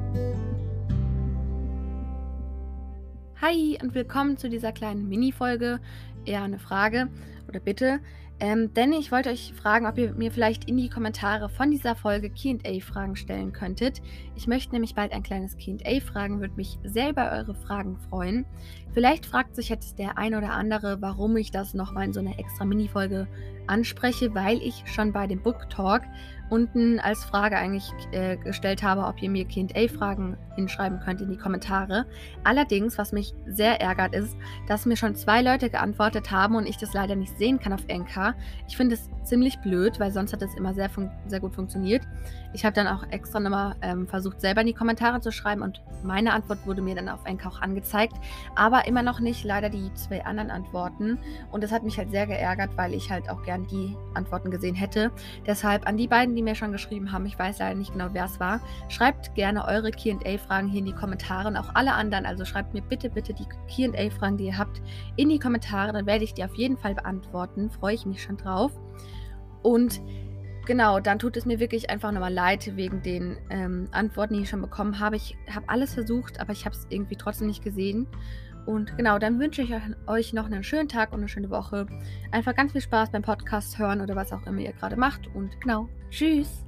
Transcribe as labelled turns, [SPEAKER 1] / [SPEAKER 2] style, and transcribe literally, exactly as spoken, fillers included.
[SPEAKER 1] Hi und willkommen zu dieser kleinen Mini-Folge. Eher eine Frage oder Bitte. Ähm, denn ich wollte euch fragen, ob ihr mir vielleicht in die Kommentare von dieser Folge Q und A-Fragen stellen könntet. Ich möchte nämlich bald ein kleines Q und A-Fragen, würde mich sehr über eure Fragen freuen. Vielleicht fragt sich jetzt der ein oder andere, warum ich das nochmal in so einer extra Mini-Folge anspreche, weil ich schon bei dem Book Talk unten als Frage eigentlich äh, gestellt habe, ob ihr mir Q und A-Fragen hinschreiben könnt in die Kommentare. Allerdings, was mich sehr ärgert, ist, dass mir schon zwei Leute geantwortet haben und ich das leider nicht sehen kann auf Anchor. Ich finde es ziemlich blöd, weil sonst hat es immer sehr, fun- sehr gut funktioniert. Ich habe dann auch extra nochmal ähm, versucht, selber in die Kommentare zu schreiben und meine Antwort wurde mir dann auf Anchor auch angezeigt, aber immer noch nicht leider die zwei anderen Antworten. Und das hat mich halt sehr geärgert, weil ich halt auch gern die Antworten gesehen hätte. Deshalb an die beiden, die mir schon geschrieben haben, ich weiß leider nicht genau, wer es war, schreibt gerne eure Q und A-Fragen hier in die Kommentare und auch alle anderen, also schreibt mir bitte, bitte die Q und A-Fragen, die ihr habt, in die Kommentare, dann werde ich die auf jeden Fall beantworten, freue ich mich schon drauf. Und genau, dann tut es mir wirklich einfach nochmal leid wegen den ähm, Antworten, die ich schon bekommen habe. Ich habe alles versucht, aber ich habe es irgendwie trotzdem nicht gesehen. Und genau, dann wünsche ich euch noch einen schönen Tag und eine schöne Woche. Einfach ganz viel Spaß beim Podcast hören oder was auch immer ihr gerade macht. Und genau, tschüss!